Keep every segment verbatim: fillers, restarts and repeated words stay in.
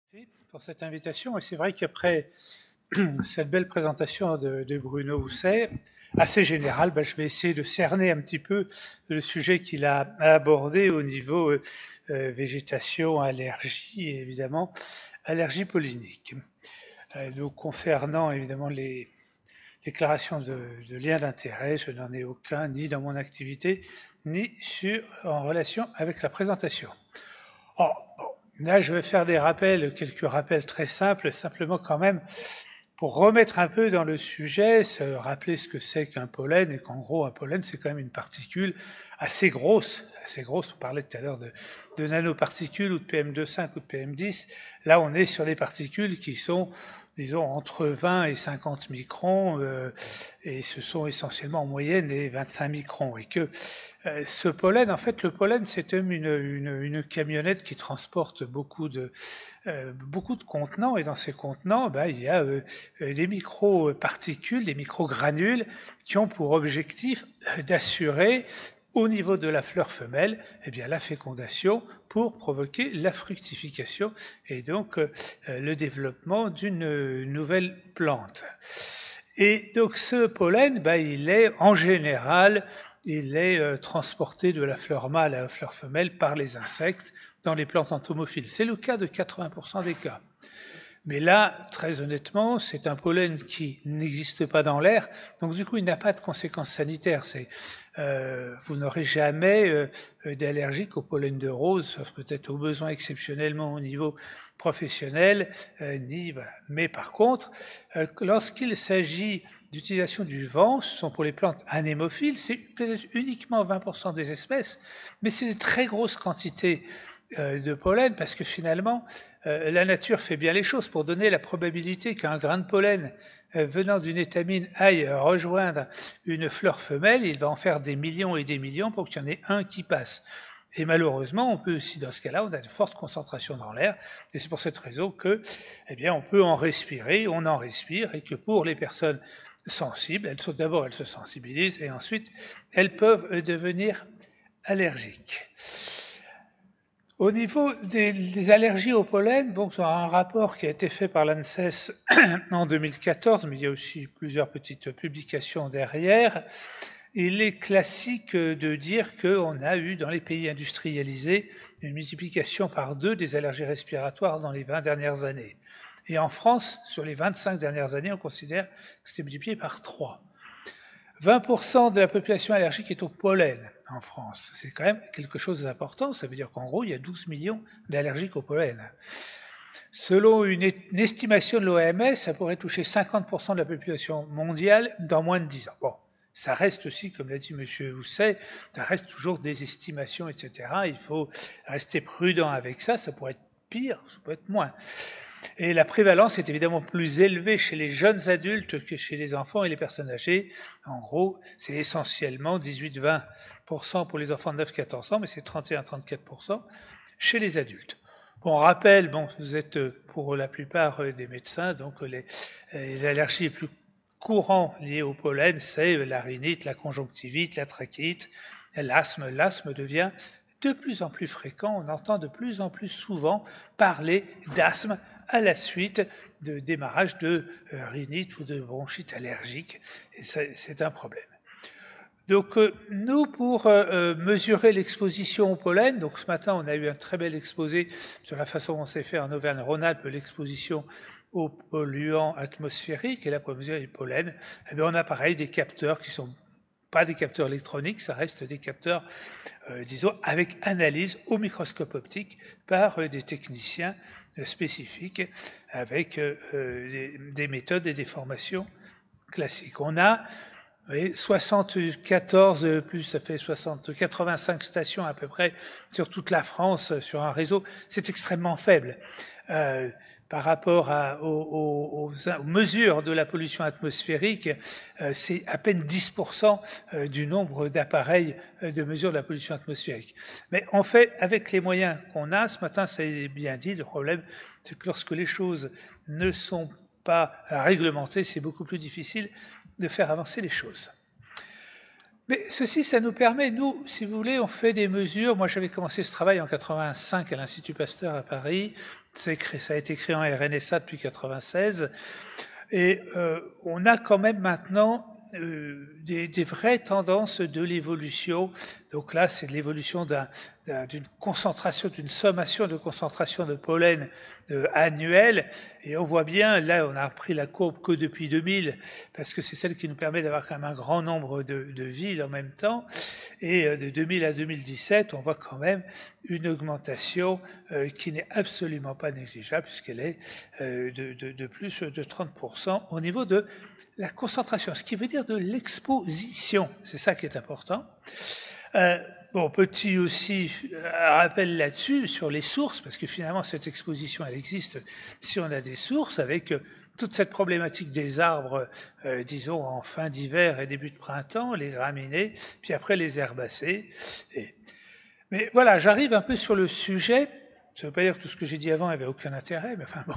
Merci pour cette invitation. Et c'est vrai qu'après cette belle présentation de, de Bruno Housset, assez générale, ben, je vais essayer de cerner un petit peu le sujet qu'il a abordé au niveau euh, euh, végétation, allergie et évidemment allergie pollinique. Euh, donc concernant évidemment les déclarations de, de lien d'intérêt, je n'en ai aucun ni dans mon activité ni sur, en relation avec la présentation. Oh, bon, là, je vais faire des rappels, quelques rappels très simples, simplement quand même pour remettre un peu dans le sujet, se rappeler ce que c'est qu'un pollen, et qu'en gros, un pollen, c'est quand même une particule assez grosse, assez grosse. On parlait tout à l'heure de, de nanoparticules ou de P M deux virgule cinq ou de P M dix. Là, on est sur des particules qui sont, disons, entre vingt et cinquante microns, euh, et ce sont essentiellement en moyenne des vingt-cinq microns. Et que euh, ce pollen, en fait, le pollen, c'est une, une, une camionnette qui transporte beaucoup de, euh, beaucoup de contenants, et dans ces contenants, ben, il y a euh, des micro-particules, des micro-granules qui ont pour objectif d'assurer au niveau de la fleur femelle, eh bien, la fécondation pour provoquer la fructification et donc euh, le développement d'une nouvelle plante. Et donc ce pollen, ben, il est en général, il est euh, transporté de la fleur mâle à la fleur femelle par les insectes dans les plantes entomophiles. C'est le cas de quatre-vingts pour cent des cas. Mais là, très honnêtement, c'est un pollen qui n'existe pas dans l'air, donc du coup, il n'a pas de conséquences sanitaires. C'est, euh, vous n'aurez jamais euh, d'allergique au pollen de rose, sauf peut-être au besoin exceptionnellement au niveau professionnel, euh, ni voilà. Mais par contre, euh, lorsqu'il s'agit d'utilisation du vent, ce sont pour les plantes anémophiles, c'est peut-être uniquement vingt pour cent des espèces, mais c'est de très grosses quantités de pollen, parce que finalement, euh, la nature fait bien les choses pour donner la probabilité qu'un grain de pollen euh, venant d'une étamine aille rejoindre une fleur femelle, il va en faire des millions et des millions pour qu'il y en ait un qui passe. Et malheureusement, on peut aussi, dans ce cas-là, on a de fortes concentrations dans l'air, et c'est pour cette raison que, eh bien, on peut en respirer, on en respire, et que pour les personnes sensibles, elles sont d'abord, elles se sensibilisent, et ensuite, elles peuvent devenir allergiques. Au niveau des, des allergies au pollen, bon, c'est un rapport qui a été fait par l'ANSES en deux mille quatorze, mais il y a aussi plusieurs petites publications derrière. Il est classique de dire qu'on a eu dans les pays industrialisés une multiplication par deux des allergies respiratoires dans les vingt dernières années. Et en France, sur les vingt-cinq dernières années, on considère que c'est multiplié par trois. vingt pour cent de la population allergique est au pollen en France. C'est quand même quelque chose d'important. Ça veut dire qu'en gros, il y a douze millions d'allergiques au pollen. Selon une, une estimation de l'O M S, ça pourrait toucher cinquante pour cent de la population mondiale dans moins de dix ans. Bon, ça reste aussi, comme l'a dit M. Housset, ça reste toujours des estimations, et cetera. Il faut rester prudent avec ça. Ça pourrait être pire, ça pourrait être moins. Et la prévalence est évidemment plus élevée chez les jeunes adultes que chez les enfants et les personnes âgées. En gros, c'est essentiellement dix-huit à vingt pour cent pour les enfants de neuf à quatorze ans, mais c'est trente et un à trente-quatre pour cent chez les adultes. Bon, on rappelle, bon, vous êtes pour la plupart des médecins, donc les, les allergies les plus courantes liées au pollen, c'est la rhinite, la conjonctivite, la trachéite, l'asthme. L'asthme devient de plus en plus fréquent, on entend de plus en plus souvent parler d'asthme à la suite de démarrage de rhinite ou de bronchite allergique, et c'est un problème. Donc euh, nous, pour euh, mesurer l'exposition au pollen, donc ce matin on a eu un très bel exposé sur la façon dont c'est fait en Auvergne-Rhône-Alpes, l'exposition aux polluants atmosphériques, et là pour mesurer les pollens, eh bien, on a pareil des capteurs qui sont pas des capteurs électroniques, ça reste des capteurs, euh, disons, avec analyse au microscope optique par euh, des techniciens euh, spécifiques avec euh, des, des méthodes et des formations classiques. On a oui, soixante-quatorze plus, ça fait soixante, quatre-vingt-cinq stations à peu près sur toute la France, sur un réseau. C'est extrêmement faible. Euh, par rapport à, aux, aux, aux mesures de la pollution atmosphérique, euh, c'est à peine dix pour cent du nombre d'appareils de mesure de la pollution atmosphérique. Mais en fait, avec les moyens qu'on a, ce matin, ça est bien dit, le problème, c'est que lorsque les choses ne sont pas réglementées, c'est beaucoup plus difficile de faire avancer les choses. Mais ceci, ça nous permet, nous, si vous voulez, on fait des mesures. Moi, j'avais commencé ce travail en quatre-vingt-cinq à l'Institut Pasteur à Paris. Ça a été créé en R N S A depuis quatre-vingt-seize. Et euh, on a quand même maintenant euh, des, des vraies tendances de l'évolution. Donc là, c'est de l'évolution d'un, d'un, d'une concentration, d'une sommation de concentration de pollen euh, annuelle. Et on voit bien, là, on a pris la courbe que depuis deux mille, parce que c'est celle qui nous permet d'avoir quand même un grand nombre de, de villes en même temps. Et euh, de deux mille à deux mille dix-sept, on voit quand même une augmentation euh, qui n'est absolument pas négligeable, puisqu'elle est euh, de, de, de plus de trente pour cent au niveau de la concentration, ce qui veut dire de l'exposition. C'est ça qui est important. Euh, bon, petit aussi euh, rappel là-dessus, sur les sources, parce que finalement, cette exposition, elle existe si on a des sources, avec euh, toute cette problématique des arbres, euh, disons, en fin d'hiver et début de printemps, les graminées, puis après les herbacées. Et... Mais voilà, j'arrive un peu sur le sujet. Ça ne veut pas dire que tout ce que j'ai dit avant n'avait aucun intérêt, mais enfin bon...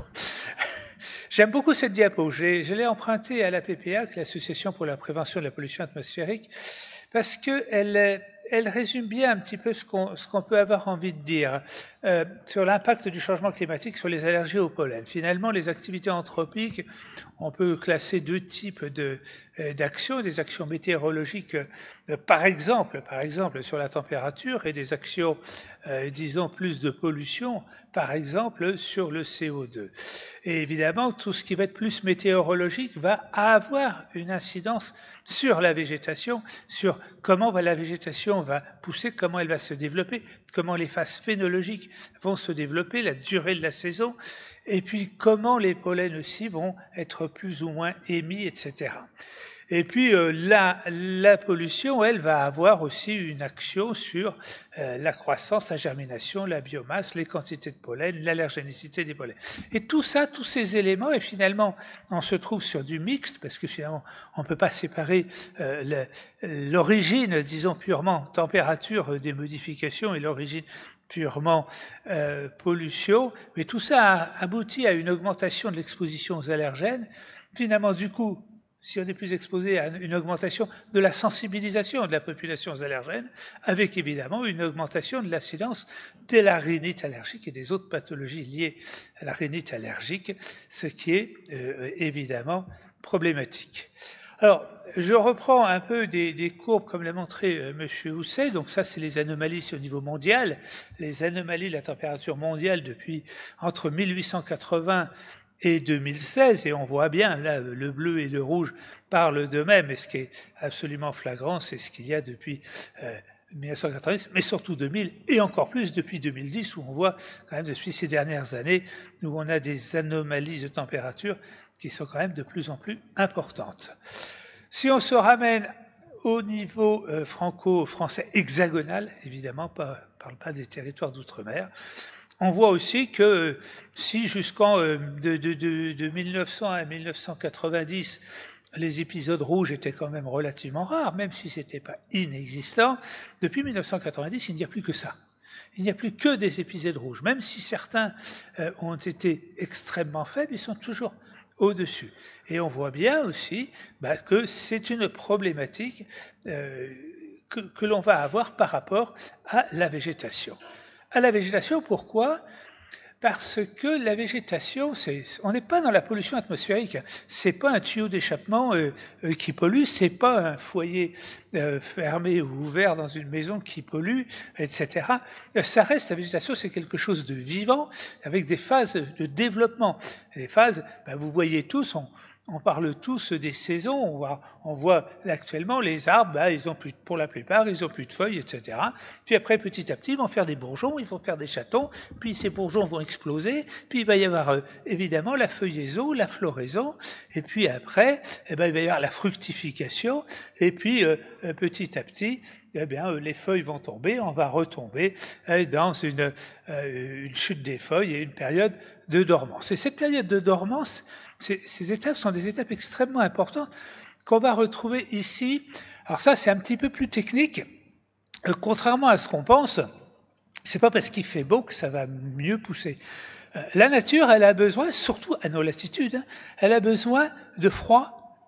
J'aime beaucoup cette diapo. Je, je l'ai empruntée à l'A P P A, l'Association pour la prévention de la pollution atmosphérique, parce qu'elle elle résume bien un petit peu ce qu'on, ce qu'on peut avoir envie de dire euh, sur l'impact du changement climatique sur les allergies au pollen. Finalement, les activités anthropiques, on peut classer deux types de, euh, d'actions, des actions météorologiques, euh, par exemple, par exemple sur la température, et des actions, euh, disons, plus de pollution, par exemple sur le C O deux. Et évidemment, tout ce qui va être plus météorologique va avoir une incidence sur la végétation, sur comment va la végétation va pousser, comment elle va se développer, comment les phases phénologiques vont se développer, la durée de la saison, et puis comment les pollens aussi vont être plus ou moins émis, et cetera. Et puis euh, la, la pollution, elle, va avoir aussi une action sur euh, la croissance, la germination, la biomasse, les quantités de pollen, l'allergénicité des pollens. Et tout ça, tous ces éléments, et finalement, on se trouve sur du mixte, parce que finalement, on ne peut pas séparer euh, le, l'origine, disons purement température des modifications et l'origine purement euh, pollution, mais tout ça a abouti à une augmentation de l'exposition aux allergènes. Finalement, du coup, si on est plus exposé à une augmentation de la sensibilisation de la population aux allergènes, avec évidemment une augmentation de l'incidence de la rhinite allergique et des autres pathologies liées à la rhinite allergique, ce qui est euh, évidemment problématique. Alors, je reprends un peu des, des courbes comme l'a montré euh, M. Housset. Donc ça, c'est les anomalies au niveau mondial, les anomalies de la température mondiale depuis entre mille huit cent quatre-vingts et deux mille seize, et on voit bien, là, le bleu et le rouge parlent d'eux-mêmes, et ce qui est absolument flagrant, c'est ce qu'il y a depuis euh, mille neuf cent quatre-vingt-dix, mais surtout deux mille, et encore plus depuis deux mille dix, où on voit quand même depuis ces dernières années, où on a des anomalies de température qui sont quand même de plus en plus importantes. Si on se ramène au niveau euh, franco-français hexagonal, évidemment, pas, on ne parle pas des territoires d'outre-mer, on voit aussi que si jusqu'en euh, de, de, de, de mille neuf cents à mille neuf cent quatre-vingt-dix, les épisodes rouges étaient quand même relativement rares, même si ce n'était pas inexistant, depuis mille neuf cent quatre-vingt-dix, il n'y a plus que ça. Il n'y a plus que des épisodes rouges. Même si certains euh, ont été extrêmement faibles, ils sont toujours au-dessus. Et on voit bien aussi bah, que c'est une problématique euh, que, que l'on va avoir par rapport à la végétation. À la végétation, pourquoi ? Parce que la végétation, c'est, on n'est pas dans la pollution atmosphérique. C'est pas un tuyau d'échappement euh, euh, qui pollue, c'est pas un foyer euh, fermé ou ouvert dans une maison qui pollue, et cetera. Ça reste, la végétation, c'est quelque chose de vivant, avec des phases de développement. Les phases, ben, vous voyez tous, on, on parle tous des saisons, on voit, on voit actuellement les arbres, bah, ils ont plus, pour la plupart, ils ont plus de feuilles, et cetera. Puis après, petit à petit, ils vont faire des bourgeons, ils vont faire des chatons, puis ces bourgeons vont exploser, puis il va y avoir euh, évidemment la feuillaison, la floraison, et puis après, eh ben, il va y avoir la fructification, et puis euh, petit à petit, eh bien, les feuilles vont tomber, on va retomber dans une, euh, une chute des feuilles et une période de dormance. Et cette période de dormance, ces, ces étapes sont des étapes extrêmement importantes qu'on va retrouver ici. Alors ça, c'est un petit peu plus technique. Euh, contrairement à ce qu'on pense, c'est pas parce qu'il fait beau que ça va mieux pousser. Euh, la nature, elle a besoin, surtout à nos latitudes, hein, elle a besoin de froid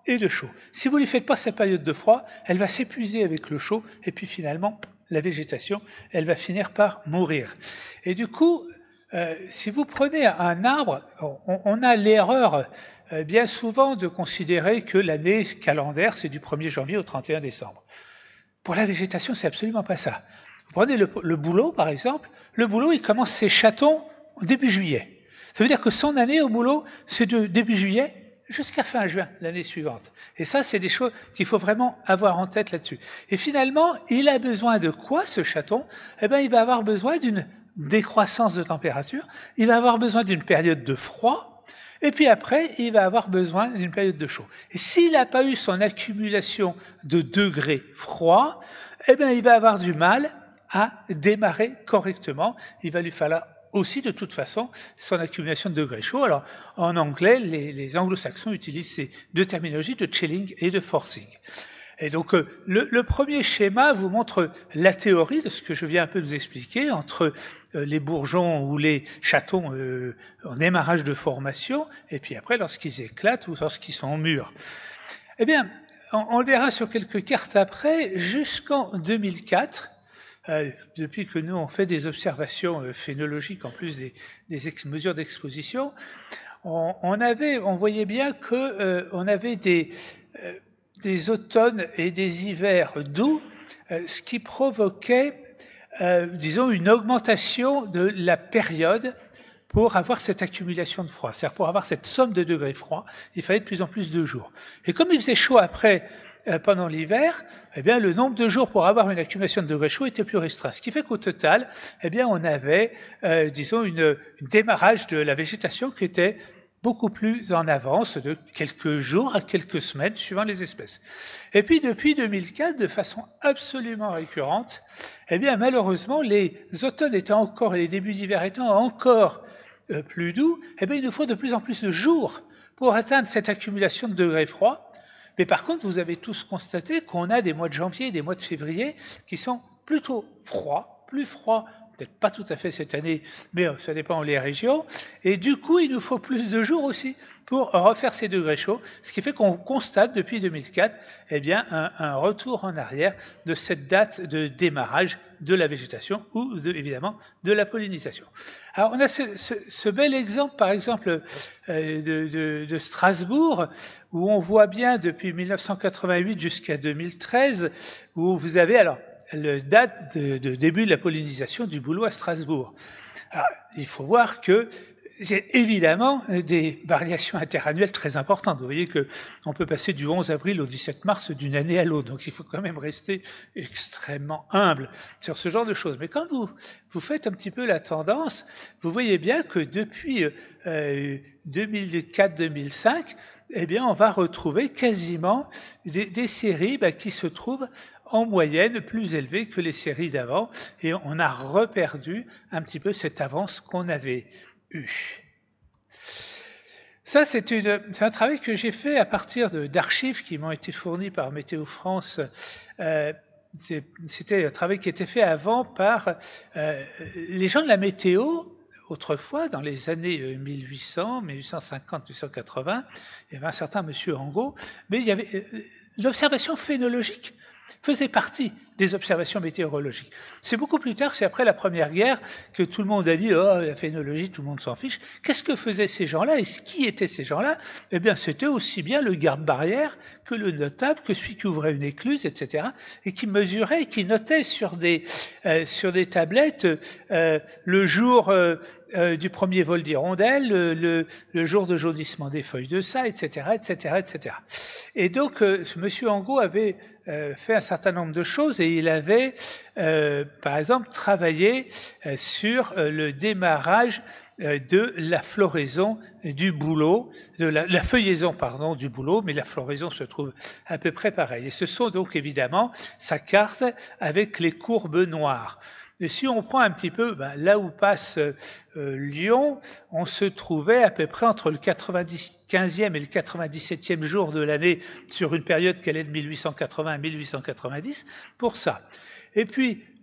et de chaud. Si vous ne lui faites pas cette période de froid, elle va s'épuiser avec le chaud, et puis finalement, la végétation, elle va finir par mourir. Et du coup, euh, si vous prenez un arbre, on, on a l'erreur euh, bien souvent de considérer que l'année calendaire, c'est du premier janvier au trente et un décembre. Pour la végétation, c'est absolument pas ça. Vous prenez le, le bouleau, par exemple, le bouleau, il commence ses chatons au début juillet. Ça veut dire que son année au bouleau, c'est de début juillet jusqu'à fin juin, l'année suivante. Et ça, c'est des choses qu'il faut vraiment avoir en tête là-dessus. Et finalement, il a besoin de quoi, ce chaton? Eh bien, il va avoir besoin d'une décroissance de température, il va avoir besoin d'une période de froid, et puis après, il va avoir besoin d'une période de chaud. Et s'il n'a pas eu son accumulation de degrés froids, eh bien, il va avoir du mal à démarrer correctement. Il va lui falloir aussi, de toute façon, son accumulation de degrés chauds. Alors, en anglais, les, les anglo-saxons utilisent ces deux terminologies de chilling et de forcing. Et donc, euh, le, le premier schéma vous montre la théorie de ce que je viens un peu de vous expliquer entre euh, les bourgeons ou les chatons euh, en démarrage de formation, et puis après, lorsqu'ils éclatent ou lorsqu'ils sont mûrs. Eh bien, on, on le verra sur quelques cartes après, jusqu'en deux mille quatre, Euh, depuis que nous on fait des observations euh, phénologiques en plus des, des ex mesures d'exposition, on, on avait, on voyait bien que euh, on avait des euh, des automnes et des hivers doux, euh, ce qui provoquait, euh, disons, une augmentation de la période pour avoir cette accumulation de froid. C'est-à-dire pour avoir cette somme de degrés froids, il fallait de plus en plus de jours. Et comme il faisait chaud après, euh, pendant l'hiver, eh bien, le nombre de jours pour avoir une accumulation de degrés chauds était plus restreint. Ce qui fait qu'au total, eh bien, on avait, euh, disons, une, une démarrage de la végétation qui était beaucoup plus en avance, de quelques jours à quelques semaines, suivant les espèces. Et puis, depuis deux mille quatre, de façon absolument récurrente, eh bien, malheureusement, les automnes étant encore, et les débuts d'hiver étant encore euh, plus doux, eh bien, il nous faut de plus en plus de jours pour atteindre cette accumulation de degrés froids. Mais par contre, vous avez tous constaté qu'on a des mois de janvier et des mois de février qui sont plutôt froids, plus froids, peut-être pas tout à fait cette année, mais ça dépend des régions. Et du coup, il nous faut plus de jours aussi pour refaire ces degrés chauds, ce qui fait qu'on constate depuis deux mille quatre eh bien, un, un retour en arrière de cette date de démarrage de la végétation ou, de, évidemment, de la pollinisation. Alors, on a ce, ce, ce bel exemple, par exemple, euh, de, de, de Strasbourg, où on voit bien depuis mille neuf cent quatre-vingt-huit jusqu'à deux mille treize, où vous avez, alors, la date de, de début de la pollinisation du bouleau à Strasbourg. Alors, il faut voir que j'ai évidemment des variations interannuelles très importantes. Vous voyez que on peut passer du onze avril au dix-sept mars d'une année à l'autre. Donc, il faut quand même rester extrêmement humble sur ce genre de choses. Mais quand vous, vous faites un petit peu la tendance, vous voyez bien que depuis euh, deux mille quatre deux mille cinq, eh bien, on va retrouver quasiment des, des séries bah, qui se trouvent en moyenne plus élevées que les séries d'avant. Et on a reperdu un petit peu cette avance qu'on avait eue. Ça, c'est, une, c'est un travail que j'ai fait à partir de, d'archives qui m'ont été fournies par Météo France. Euh, c'est, c'était un travail qui était fait avant par euh, les gens de la météo. Autrefois, dans les années mille huit cents, mille huit cent cinquante, mille huit cent quatre-vingts, il y avait un certain monsieur Angot, mais il y avait l'observation phénologique faisait partie des observations météorologiques. C'est beaucoup plus tard, c'est après la Première Guerre, que tout le monde a dit « Oh, la phénologie, tout le monde s'en fiche ». Qu'est-ce que faisaient ces gens-là et qui étaient ces gens-là? Eh bien, c'était aussi bien le garde-barrière que le notable, que celui qui ouvrait une écluse, et cetera, et qui mesurait, et qui notait sur des, euh, sur des tablettes euh, le jour euh, euh, du premier vol d'hirondelle, le, le, le jour de jaunissement des feuilles de ça, et cetera, et cetera, et cetera. Et donc, euh, ce monsieur Angot avait euh, fait un certain nombre de choses et il avait, euh, par exemple, travaillé euh, sur euh, le démarrage euh, de la floraison du bouleau, de la, la feuillaison, pardon, du bouleau, mais la floraison se trouve à peu près pareil. Et ce sont donc évidemment sa carte avec les courbes noires. Et si on prend un petit peu ben, là où passe euh, Lyon, on se trouvait à peu près entre le quatre-vingt-quinzième et le quatre-vingt-dix-septième jour de l'année sur une période qui allait de mille huit cent quatre-vingts à mille huit cent quatre-vingt-dix pour ça. Et puis,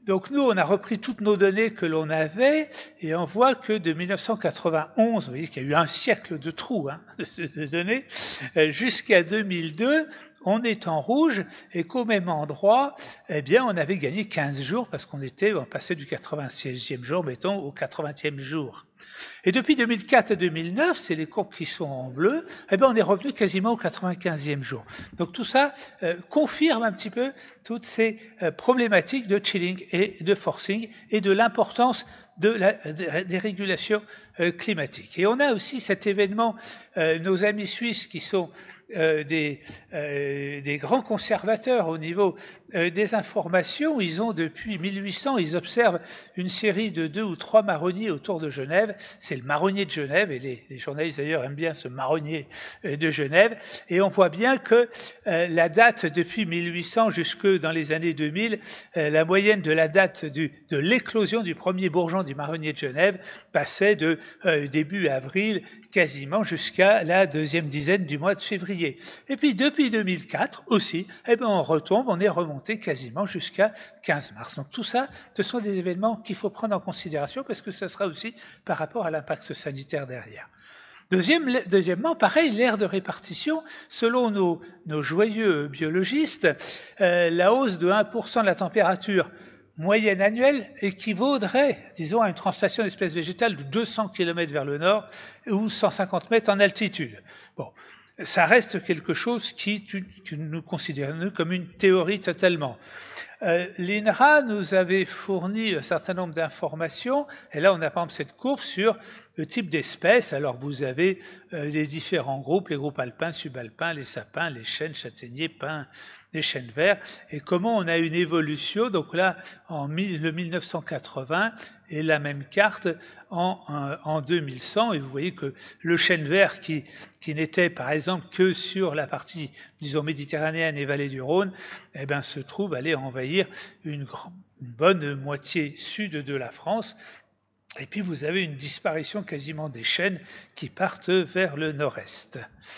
Donc nous, on a repris toutes nos données que l'on avait et on voit que de mille neuf cent quatre-vingt-onze, vous voyez qu'il y a eu un siècle de trous hein, de, de données, jusqu'à deux mille deux, on est en rouge et qu'au même endroit, eh bien, on avait gagné quinze jours parce qu'on était, on passait du quatre-vingt-seizième jour, mettons, au quatre-vingtième jour. Et depuis deux mille quatre à deux mille neuf, c'est les courbes qui sont en bleu, eh bien, on est revenu quasiment au quatre-vingt-quinzième jour. Donc tout ça euh, confirme un petit peu toutes ces euh, problématiques de chilling et de forcing et de l'importance de la, de, des régulations euh, climatiques. Et on a aussi cet événement, euh, nos amis suisses qui sont euh, des, euh, des grands conservateurs au niveau euh, des informations, ils ont depuis mille huit cents, ils observent une série de deux ou trois marronniers autour de Genève, c'est le marronnier de Genève, et les, les journalistes d'ailleurs aiment bien ce marronnier euh, de Genève, et on voit bien que euh, la date depuis mille huit cents jusque dans les années deux mille, euh, la moyenne de la date du, de l'éclosion du premier bourgeon du marronnier de Genève passait de euh, début avril quasiment jusqu'à la deuxième dizaine du mois de février. Et puis depuis deux mille quatre aussi, eh ben on retombe, on est remonté quasiment jusqu'à quinze mars. Donc tout ça, ce sont des événements qu'il faut prendre en considération parce que ça sera aussi par rapport à l'impact sanitaire derrière. Deuxième, deuxièmement, pareil, l'aire de répartition, selon nos, nos joyeux biologistes, euh, la hausse de un pour cent de la température moyenne annuelle équivaudrait, disons, à une translation d'espèces végétales de deux cents kilomètres vers le nord ou cent cinquante mètres en altitude. Bon, ça reste quelque chose qui, que nous considérons comme une théorie totalement. Euh, L'I N R A nous avait fourni un certain nombre d'informations, et là on a par exemple cette courbe sur le type d'espèces. Alors vous avez euh, les différents groupes, les groupes alpins, subalpins, les sapins, les chênes, châtaigniers, pins, les chênes verts, et comment on a une évolution. Donc là, en le mille neuf cent quatre-vingts, et la même carte en, en, en deux mille cent, et vous voyez que le chêne vert qui, qui n'était par exemple que sur la partie, disons, méditerranéenne et vallée du Rhône, eh ben, se trouve aller envahir une, grande, une bonne moitié sud de la France. Et puis vous avez une disparition quasiment des chênes qui partent vers le nord-est.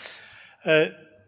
Euh,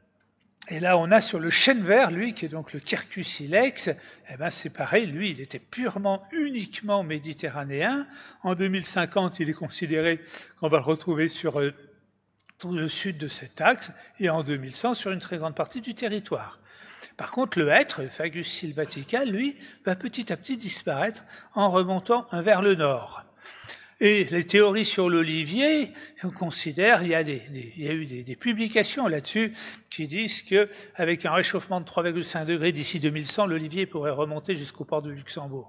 Et là, on a sur le chêne vert, lui, qui est donc le Quercus ilex, eh ben c'est pareil, lui, il était purement, uniquement méditerranéen. En deux mille cinquante, il est considéré qu'on va le retrouver sur euh, tout le sud de cet axe, et en deux mille cent, sur une très grande partie du territoire. Par contre, le hêtre, le Fagus sylvatica, lui, va petit à petit disparaître en remontant vers le nord. Et les théories sur l'olivier, on considère, il y a, des, des, il y a eu des, des publications là-dessus qui disent qu'avec un réchauffement de trois virgule cinq degrés d'ici deux mille cent, l'olivier pourrait remonter jusqu'au port de Luxembourg.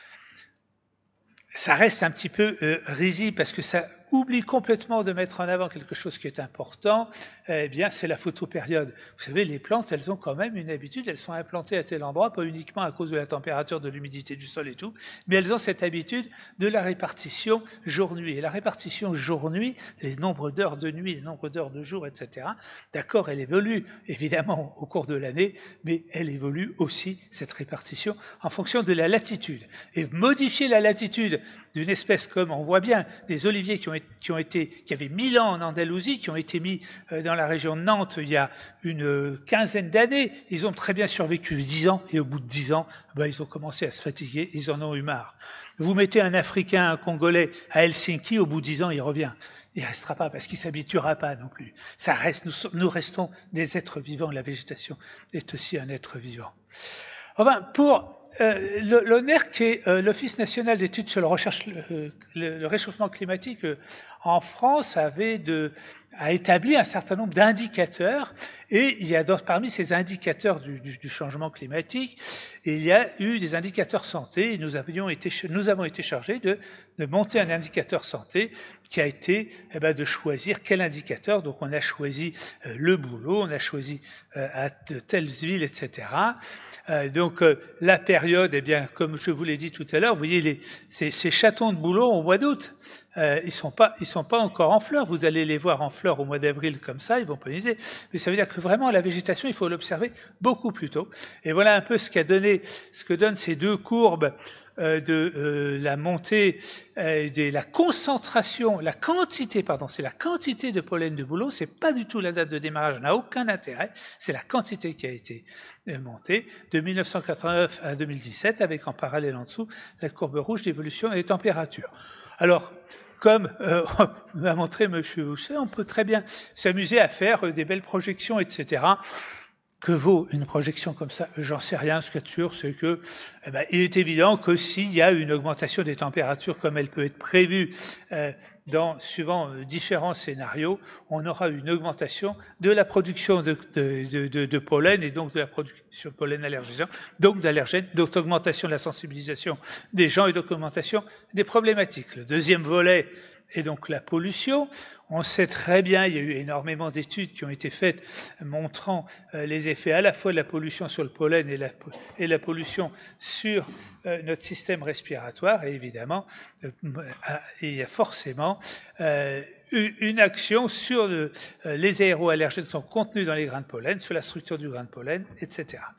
Ça reste un petit peu euh, risible parce que ça oublie complètement de mettre en avant quelque chose qui est important, eh bien, c'est la photopériode. Vous savez, les plantes, elles ont quand même une habitude, elles sont implantées à tel endroit, pas uniquement à cause de la température, de l'humidité du sol et tout, mais elles ont cette habitude de la répartition jour-nuit. Et la répartition jour-nuit, les nombres d'heures de nuit, les nombres d'heures de jour, et cetera, d'accord, elle évolue, évidemment, au cours de l'année, mais elle évolue aussi, cette répartition, en fonction de la latitude. Et modifier la latitude d'une espèce comme, on voit bien, des oliviers qui ont qui ont été, qui avaient mille ans en Andalousie, qui ont été mis dans la région de Nantes il y a une quinzaine d'années. Ils ont très bien survécu dix ans, et au bout de dix ans, ben, ils ont commencé à se fatiguer, ils en ont eu marre. Vous mettez un Africain, un Congolais à Helsinki, au bout de dix ans, il revient. Il ne restera pas, parce qu'il ne s'habituera pas non plus. Ça reste, nous, nous restons des êtres vivants, la végétation est aussi un être vivant. Enfin, pour Euh, l'O N E R, qui est euh, l'Office national d'études sur le, recherche, euh, le, le réchauffement climatique euh, en France, avait de, a établi un certain nombre d'indicateurs, et il y a dans, parmi ces indicateurs du, du, du changement climatique, il y a eu des indicateurs santé, et nous, avions été, nous avons été chargés de, de monter un indicateur santé qui a été eh ben, de choisir quel indicateur. Donc on a choisi euh, le boulot, on a choisi euh, à de telles villes, et cetera. Euh, donc euh, la période, eh bien, comme je vous l'ai dit tout à l'heure, vous voyez les, ces, ces chatons de bouleau au mois d'août, euh, ils sont pas, ils sont pas encore en fleurs. Vous allez les voir en fleurs au mois d'avril comme ça, ils vont polliniser. Mais ça veut dire que vraiment la végétation, il faut l'observer beaucoup plus tôt. Et voilà un peu ce qu'a donné, ce que donnent ces deux courbes euh, de euh, la montée, euh, de la concentration, la quantité, pardon, c'est la quantité de pollen de bouleau, c'est pas du tout la date de démarrage, n'a aucun intérêt, c'est la quantité qui a été euh, montée de mille neuf cent quatre-vingt-neuf à deux mille dix-sept, avec en parallèle en dessous la courbe rouge d'évolution des températures. Alors, comme euh, l'a montré M. Housset, on peut très bien s'amuser à faire des belles projections, et cetera. Que vaut une projection comme ça? J'en sais rien. Ce qu'il y a de sûr, c'est que, eh ben, il est évident que s'il y a une augmentation des températures comme elle peut être prévue euh, dans suivant euh, différents scénarios, on aura une augmentation de la production de, de, de, de, de pollen et donc de la production de pollen allergisant, donc d'allergènes, donc augmentation de la sensibilisation des gens et donc augmentation des problématiques. Le deuxième volet est donc la pollution. On sait très bien, il y a eu énormément d'études qui ont été faites montrant euh, les effets à la fois de la pollution sur le pollen et la, et la pollution sur euh, notre système respiratoire. Et évidemment, euh, il y a forcément euh, une action sur le, euh, les aéroallergènes sont contenus dans les grains de pollen, sur la structure du grain de pollen, et cetera.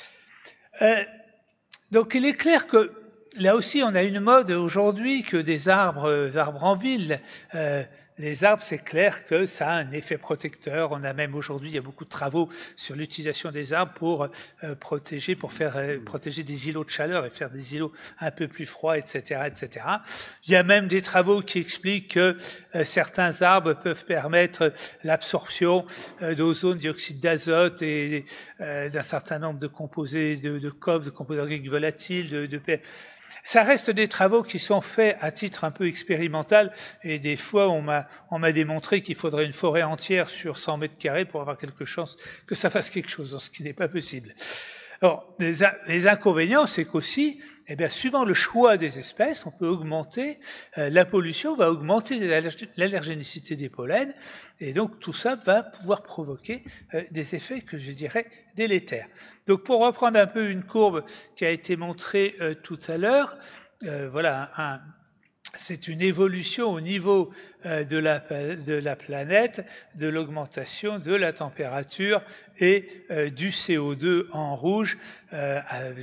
Euh, donc il est clair que là aussi, on a une mode aujourd'hui que des arbres, arbres en ville. Euh, les arbres, c'est clair que ça a un effet protecteur. On a même aujourd'hui, il y a beaucoup de travaux sur l'utilisation des arbres pour euh, protéger, pour faire euh, protéger des îlots de chaleur et faire des îlots un peu plus froids, et cetera, et cetera. Il y a même des travaux qui expliquent que euh, certains arbres peuvent permettre l'absorption euh, d'ozone, dioxyde d'azote et euh, d'un certain nombre de composés de, de C O V, de composés organiques volatiles, de, de Ça reste des travaux qui sont faits à titre un peu expérimental et des fois on m'a on m'a démontré qu'il faudrait une forêt entière sur cent mètres carrés pour avoir quelque chance que ça fasse quelque chose, ce qui n'est pas possible. Alors, les, les inconvénients, c'est qu'aussi, eh bien, suivant le choix des espèces, on peut augmenter, euh, la pollution va augmenter l'allergénicité des pollens, et donc tout ça va pouvoir provoquer euh, des effets que je dirais délétères. Donc, pour reprendre un peu une courbe qui a été montrée euh, tout à l'heure, euh, voilà un, un c'est une évolution au niveau euh, de, la, de la planète, de l'augmentation de la température et euh, du C O deux en rouge euh,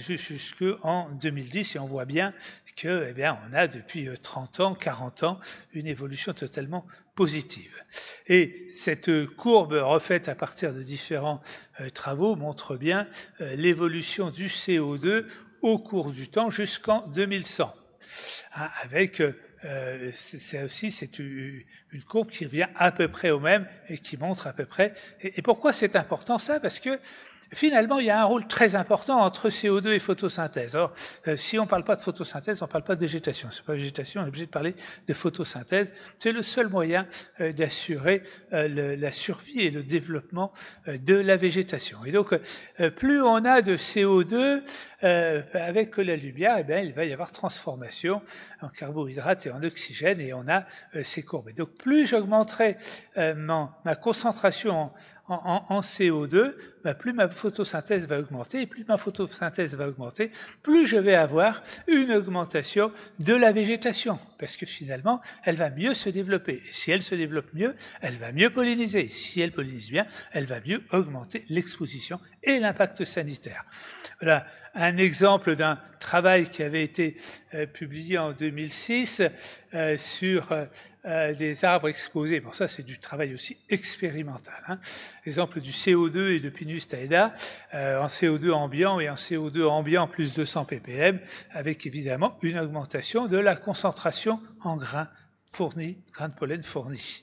jusqu'en deux mille dix. Et on voit bien que, eh bien, on a depuis trente ans, quarante ans, une évolution totalement positive. Et cette courbe refaite à partir de différents euh, travaux montre bien euh, l'évolution du C O deux au cours du temps jusqu'en deux mille cent. Hein, avec, euh, c'est aussi c'est une courbe qui revient à peu près au même et qui montre à peu près. Et, et pourquoi c'est important ça? Parce que finalement, il y a un rôle très important entre C O deux et photosynthèse. Alors, euh, si on ne parle pas de photosynthèse, on ne parle pas de végétation. C'est pas végétation, on est obligé de parler de photosynthèse. C'est le seul moyen euh, d'assurer euh, le, la survie et le développement euh, de la végétation. Et donc, euh, plus on a de C O deux euh, avec la lumière, eh bien, il va y avoir transformation en carbohydrates et en oxygène, et on a euh, ces courbes. Et donc, plus j'augmenterai euh, ma, ma concentration en En, en, en C O deux, bah, plus ma photosynthèse va augmenter, et plus ma photosynthèse va augmenter, plus je vais avoir une augmentation de la végétation, parce que finalement, elle va mieux se développer. Et si elle se développe mieux, elle va mieux polliniser. Et si elle pollinise bien, elle va mieux augmenter l'exposition et l'impact sanitaire. Voilà un exemple d'un travail qui avait été euh, publié en deux mille six euh, sur euh, des arbres exposés. Bon, ça, c'est du travail aussi expérimental. Hein. Exemple du C O deux et de Pinus taeda euh, en C O deux ambiant et en C O deux ambiant plus deux cents ppm, avec évidemment une augmentation de la concentration en grains fournis, grains de pollen fournis.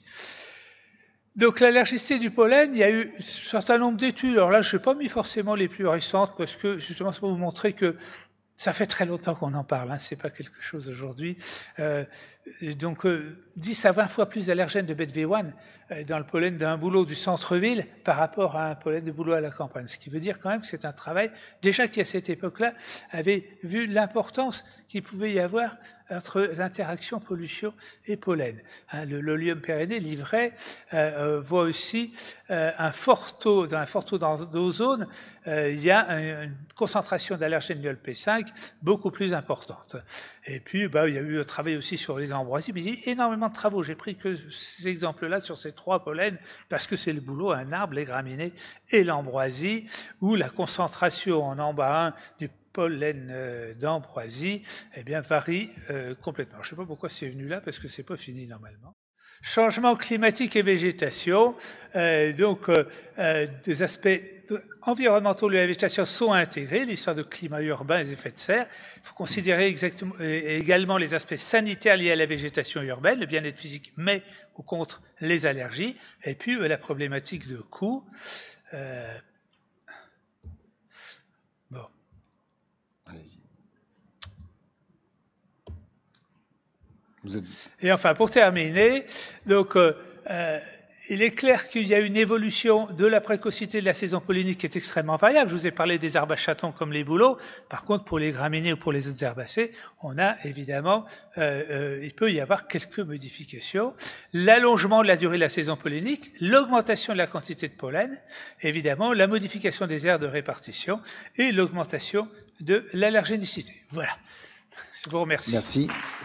Donc l'allergicité du pollen, il y a eu un certain nombre d'études. Alors là, je n'ai pas mis forcément les plus récentes parce que justement, c'est pour vous montrer que ça fait très longtemps qu'on en parle, hein, c'est pas quelque chose aujourd'hui. Euh, donc euh, dix à vingt fois plus d'allergènes de B D V un euh, dans le pollen d'un bouleau du centre-ville par rapport à un pollen de bouleau à la campagne. Ce qui veut dire quand même que c'est un travail, déjà qui à cette époque-là avait vu l'importance qu'il pouvait y avoir entre l'interaction pollution et pollen. Hein, le Lolium pérenné livret euh, voit aussi euh, un fort taux, dans un fort taux d'ozone, euh, il y a un, une concentration d'allergène L P cinq beaucoup plus importante. Et puis, bah, il y a eu un travail aussi sur les ambroisies, mais il y a eu énormément de travaux. J'ai pris que ces exemples-là sur ces trois pollens, parce que c'est le boulot, un arbre, les graminées et l'ambroisie, où la concentration en amba un du pollen euh, d'ambroisie, eh bien, varie euh, complètement. Je ne sais pas pourquoi c'est venu là, parce que c'est pas fini normalement. Changement climatique et végétation. Euh, donc, euh, euh, des aspects environnementaux de la végétation sont intégrés, l'histoire de climat urbain et des effets de serre. Il faut considérer exactement, euh, également les aspects sanitaires liés à la végétation urbaine, le bien-être physique, mais ou contre les allergies. Et puis, euh, la problématique de coût. Euh, bon. Allez-y. Vous êtes... Et enfin, pour terminer, donc, euh, euh, il est clair qu'il y a une évolution de la précocité de la saison pollinique qui est extrêmement variable. Je vous ai parlé des arbres à chatons comme les bouleaux. Par contre, pour les graminées ou pour les autres herbacées, on a évidemment, euh, euh, il peut y avoir quelques modifications. L'allongement de la durée de la saison pollinique, l'augmentation de la quantité de pollen, évidemment, la modification des aires de répartition et l'augmentation de l'allergénicité. Voilà. Je vous remercie. Merci.